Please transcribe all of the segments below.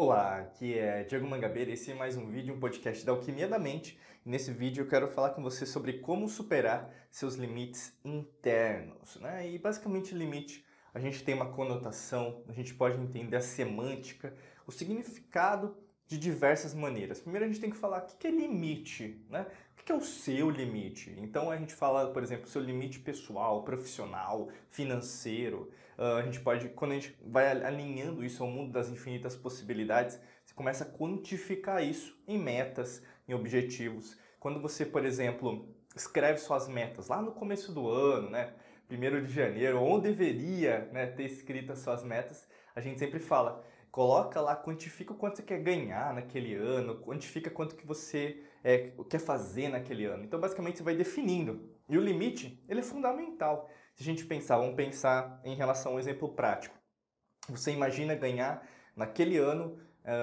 Olá, aqui é Diego Mangabeira, esse é mais um vídeo, um podcast da Alquimia da Mente. E nesse vídeo eu quero falar com você sobre como superar seus limites internos, né? E basicamente limite, a gente tem uma conotação, a gente pode entender a semântica, o significado de diversas maneiras. Primeiro a gente tem que falar o que é limite, né? O que é o seu limite? Então a gente fala, por exemplo, seu limite pessoal, profissional, financeiro. A gente pode, quando a gente vai alinhando isso ao mundo das infinitas possibilidades, você começa a quantificar isso em metas, em objetivos. Quando você, por exemplo, escreve suas metas lá no começo do ano, né? 1º de janeiro, ou deveria, né, ter escrito as suas metas, a gente sempre fala, coloca lá, quantifica o quanto você quer ganhar naquele ano, quantifica quanto que você quer fazer naquele ano. Então, basicamente, você vai definindo. E o limite, ele é fundamental. Se a gente pensar, vamos pensar em relação a um exemplo prático. Você imagina ganhar naquele ano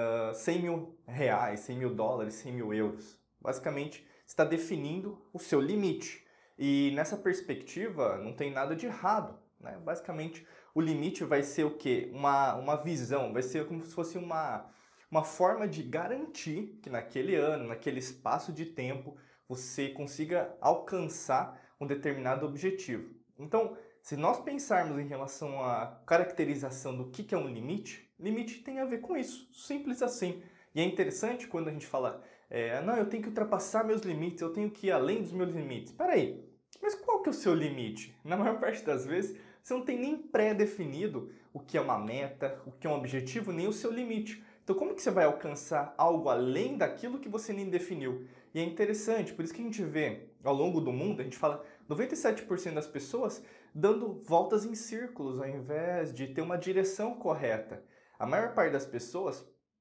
100 mil reais, 100 mil dólares, 100 mil euros. Basicamente, você está definindo o seu limite. E nessa perspectiva, não tem nada de errado, né? Basicamente, o limite vai ser o quê? Uma visão, vai ser como se fosse uma forma de garantir que naquele ano, naquele espaço de tempo, você consiga alcançar um determinado objetivo. Então, se nós pensarmos em relação à caracterização do que é um limite, limite tem a ver com isso, simples assim. E é interessante quando a gente fala, não, eu tenho que ultrapassar meus limites, eu tenho que ir além dos meus limites. Espera aí, mas qual que é o seu limite? Na maior parte das vezes, você não tem nem pré-definido o que é uma meta, o que é um objetivo, nem o seu limite. Então, como que você vai alcançar algo além daquilo que você nem definiu? E é interessante, por isso que a gente vê ao longo do mundo, a gente fala 97% das pessoas dando voltas em círculos ao invés de ter uma direção correta. A maior parte das pessoas,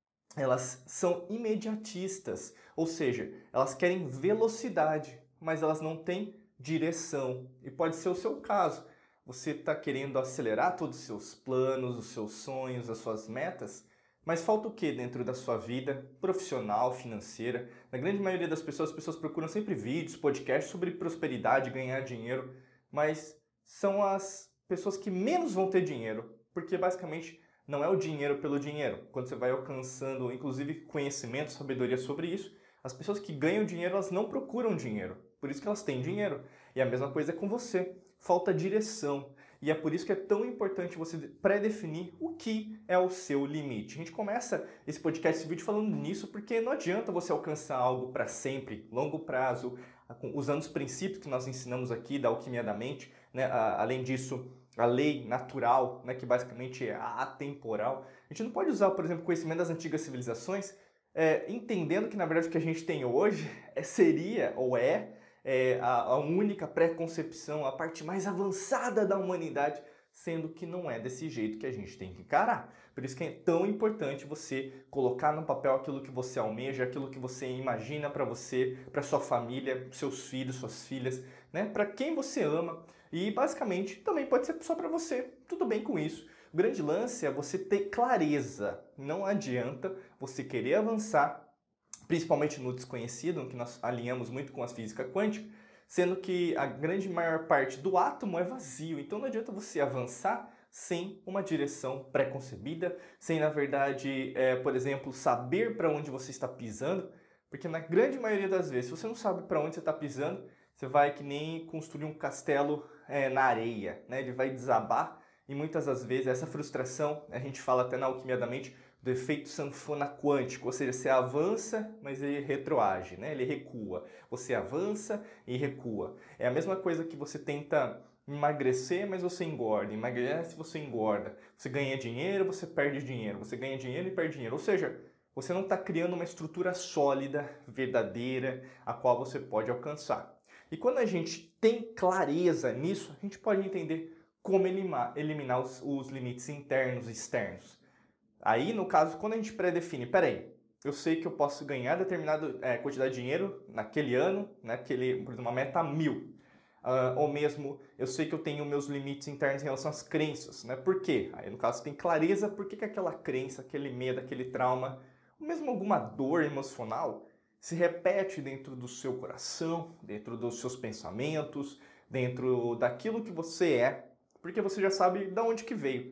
elas são imediatistas, ou seja, elas querem velocidade, mas elas não têm direção. E pode ser o seu caso. Você está querendo acelerar todos os seus planos, os seus sonhos, as suas metas, mas falta o que dentro da sua vida profissional, financeira? Na grande maioria das pessoas, as pessoas procuram sempre vídeos, podcasts sobre prosperidade, ganhar dinheiro, mas são as pessoas que menos vão ter dinheiro, porque basicamente não é o dinheiro pelo dinheiro. Quando você vai alcançando, inclusive, conhecimento, sabedoria sobre isso, as pessoas que ganham dinheiro, elas não procuram dinheiro. Por isso que elas têm dinheiro. E a mesma coisa é com você. Falta direção. E é por isso que é tão importante você pré-definir o que é o seu limite. A gente começa esse podcast, esse vídeo falando nisso, porque não adianta você alcançar algo para sempre, longo prazo, usando os princípios que nós ensinamos aqui da alquimia da mente, né? Além disso, a lei natural, né, que basicamente é atemporal. A gente não pode usar, por exemplo, o conhecimento das antigas civilizações, entendendo que, na verdade, o que a gente tem hoje seria, ou a única pré-concepção, a parte mais avançada da humanidade, sendo que não é desse jeito que a gente tem que encarar. Por isso que é tão importante você colocar no papel aquilo que você almeja, aquilo que você imagina para você, para sua família, seus filhos, suas filhas, né, para quem você ama. E basicamente também pode ser só para você, tudo bem com isso. O grande lance é você ter clareza. Não adianta você querer avançar, principalmente no desconhecido, que nós alinhamos muito com a física quântica, sendo que a grande maior parte do átomo é vazio. Então não adianta você avançar sem uma direção pré-concebida, sem, na verdade, por exemplo, saber para onde você está pisando, porque na grande maioria das vezes, se você não sabe para onde você está pisando, você vai que nem construir um castelo na areia, né? Ele vai desabar e muitas das vezes essa frustração, a gente fala até na alquimia da mente, do efeito sanfona quântico, ou seja, você avança, mas ele retroage, né? Ele recua. Você avança e recua. É a mesma coisa que você tenta emagrecer, mas você engorda. Emagrece, você engorda. Você ganha dinheiro, você perde dinheiro. Você ganha dinheiro e perde dinheiro. Ou seja, você não está criando uma estrutura sólida, verdadeira, a qual você pode alcançar. E quando a gente tem clareza nisso, a gente pode entender como eliminar os limites internos e externos. Aí, no caso, quando a gente pré-define, peraí, eu sei que eu posso ganhar determinada quantidade de dinheiro naquele ano, naquele, por exemplo, uma meta 1.000. Ou mesmo, eu sei que eu tenho meus limites internos em relação às crenças, né? Por quê? Aí, no caso, tem clareza por que aquela crença, aquele medo, aquele trauma, ou mesmo alguma dor emocional, se repete dentro do seu coração, dentro dos seus pensamentos, dentro daquilo que você é, porque você já sabe de onde que veio.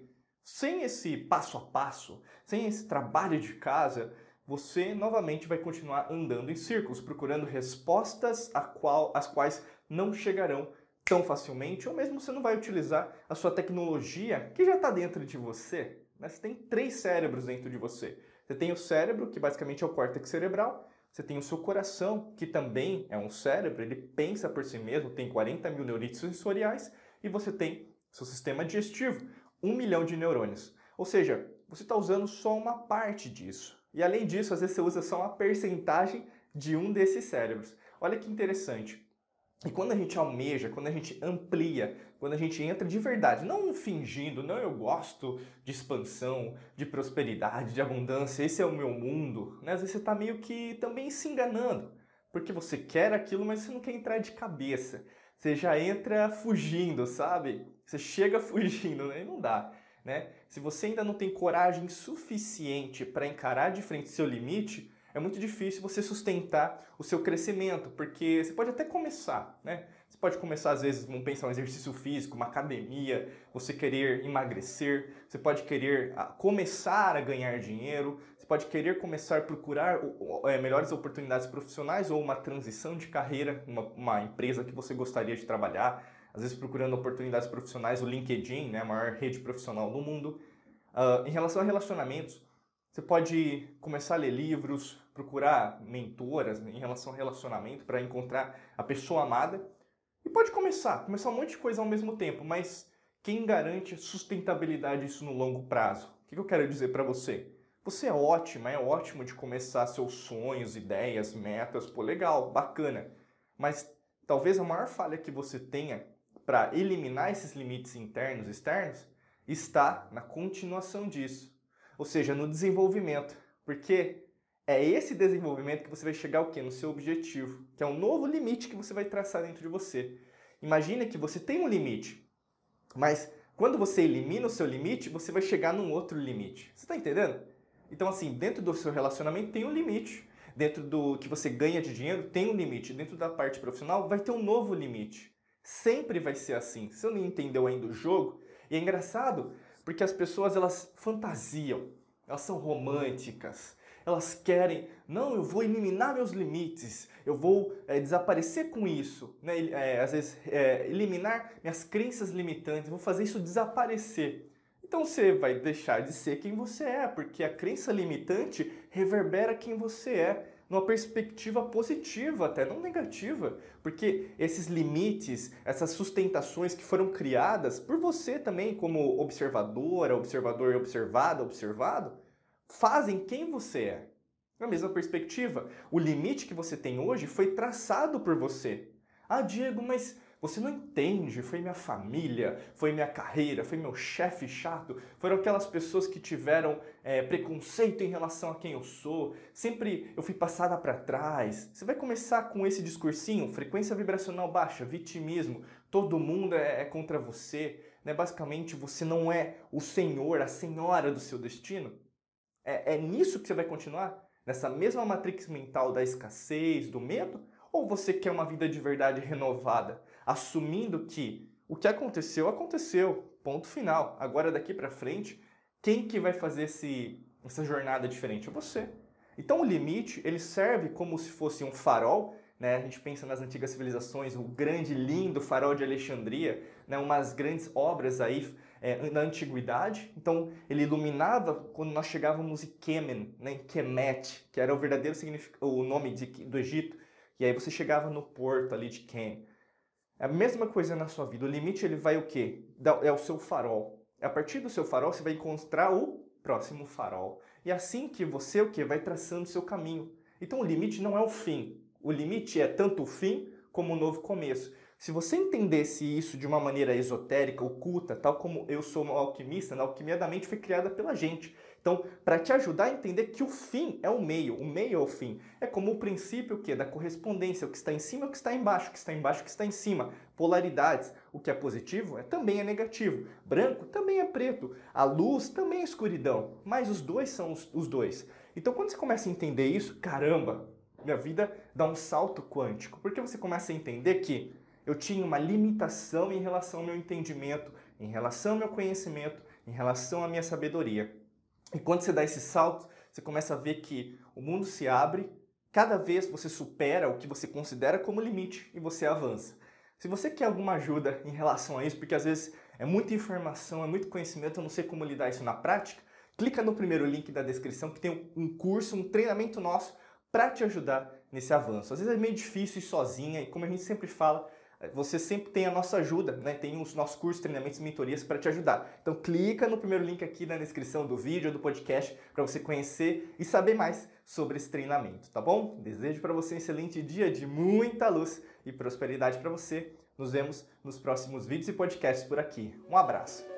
Sem esse passo a passo, sem esse trabalho de casa, você novamente vai continuar andando em círculos, procurando respostas às quais não chegarão tão facilmente, ou mesmo você não vai utilizar a sua tecnologia que já está dentro de você. Né? Você tem 3 cérebros dentro de você. Você tem o cérebro, que basicamente é o córtex cerebral. Você tem o seu coração, que também é um cérebro, ele pensa por si mesmo, tem 40 mil neurônios sensoriais. E você tem seu sistema digestivo, 1 milhão de neurônios. Ou seja, você está usando só uma parte disso. E além disso, às vezes você usa só uma percentagem de um desses cérebros. Olha que interessante. E quando a gente almeja, quando a gente amplia, quando a gente entra de verdade, não fingindo, não, eu gosto de expansão, de prosperidade, de abundância, esse é o meu mundo, né? Às vezes você está meio que também se enganando, porque você quer aquilo, mas você não quer entrar de cabeça. Você já entra fugindo, sabe? Você chega fugindo, né? E não dá, né? Se você ainda não tem coragem suficiente para encarar de frente seu limite, é muito difícil você sustentar o seu crescimento, porque você pode até começar, né? Você pode começar, às vezes, vamos pensar um exercício físico, uma academia, você querer emagrecer, você pode querer começar a ganhar dinheiro, você pode querer começar a procurar melhores oportunidades profissionais ou uma transição de carreira, uma empresa que você gostaria de trabalhar, às vezes procurando oportunidades profissionais, o LinkedIn, né, a maior rede profissional do mundo. Em relação a relacionamentos, você pode começar a ler livros, procurar mentoras em relação ao relacionamento para encontrar a pessoa amada. E pode começar um monte de coisa ao mesmo tempo, mas quem garante a sustentabilidade disso no longo prazo? O que eu quero dizer para você? Você é ótimo de começar seus sonhos, ideias, metas, pô, legal, bacana. Mas talvez a maior falha que você tenha para eliminar esses limites internos e externos está na continuação disso. Ou seja, no desenvolvimento. Porque é esse desenvolvimento que você vai chegar ao quê? No seu objetivo, que é um novo limite que você vai traçar dentro de você. Imagina que você tem um limite, mas quando você elimina o seu limite, você vai chegar num outro limite. Você está entendendo? Então, assim, dentro do seu relacionamento tem um limite. Dentro do que você ganha de dinheiro, tem um limite. Dentro da parte profissional, vai ter um novo limite. Sempre vai ser assim. Você não entendeu ainda o jogo? E é engraçado porque as pessoas, elas fantasiam. Elas são românticas. Elas querem, não, eu vou eliminar meus limites, eu vou desaparecer com isso, né? Às vezes eliminar minhas crenças limitantes, vou fazer isso desaparecer. Então você vai deixar de ser quem você é, porque a crença limitante reverbera quem você é, numa perspectiva positiva até, não negativa, porque esses limites, essas sustentações que foram criadas por você também como observadora, observador e observada, observado, fazem quem você é. Na mesma perspectiva, o limite que você tem hoje foi traçado por você. Ah, Diego, mas você não entende, foi minha família, foi minha carreira, foi meu chefe chato, foram aquelas pessoas que tiveram preconceito em relação a quem eu sou, sempre eu fui passada para trás. Você vai começar com esse discursinho, frequência vibracional baixa, vitimismo, todo mundo é contra você, né? Basicamente você não é o senhor, a senhora do seu destino. É nisso que você vai continuar? Nessa mesma matrix mental da escassez, do medo? Ou você quer uma vida de verdade renovada, assumindo que o que aconteceu, aconteceu, ponto final. Agora daqui para frente, quem que vai fazer essa jornada diferente? É você. Então o limite, ele serve como se fosse um farol, né? A gente pensa nas antigas civilizações, o grande, lindo farol de Alexandria, né? Umas grandes obras aí na antiguidade. Então ele iluminava quando nós chegávamos em Kemen, né? Em Kemet, que era o verdadeiro o nome do Egito. E aí você chegava no porto ali de Ken. É a mesma coisa na sua vida. O limite ele vai o quê? É o seu farol. A partir do seu farol você vai encontrar o próximo farol. E assim que você o quê? Vai traçando o seu caminho. Então o limite não é o fim. O limite é tanto o fim como o novo começo. Se você entendesse isso de uma maneira esotérica, oculta, tal como eu sou um alquimista, a alquimia da mente foi criada pela gente. Então, para te ajudar a entender que o fim é o meio é o fim. É como o princípio da correspondência, o que está em cima, o que está embaixo, o que está embaixo, o que está em cima. Polaridades, o que é positivo também é negativo. Branco também é preto. A luz também é escuridão. Mas os dois são os dois. Então, quando você começa a entender isso, caramba, minha vida dá um salto quântico. Porque você começa a entender que eu tinha uma limitação em relação ao meu entendimento, em relação ao meu conhecimento, em relação à minha sabedoria. E quando você dá esse salto, você começa a ver que o mundo se abre, cada vez você supera o que você considera como limite e você avança. Se você quer alguma ajuda em relação a isso, porque às vezes é muita informação, é muito conhecimento, eu não sei como lidar isso na prática, clica no primeiro link da descrição que tem um curso, um treinamento nosso para te ajudar nesse avanço. Às vezes é meio difícil ir sozinha e como a gente sempre fala, você sempre tem a nossa ajuda, né? Tem os nossos cursos, treinamentos e mentorias para te ajudar. Então clica no primeiro link aqui na descrição do vídeo ou do podcast para você conhecer e saber mais sobre esse treinamento, tá bom? Desejo para você um excelente dia de muita luz e prosperidade para você. Nos vemos nos próximos vídeos e podcasts por aqui. Um abraço!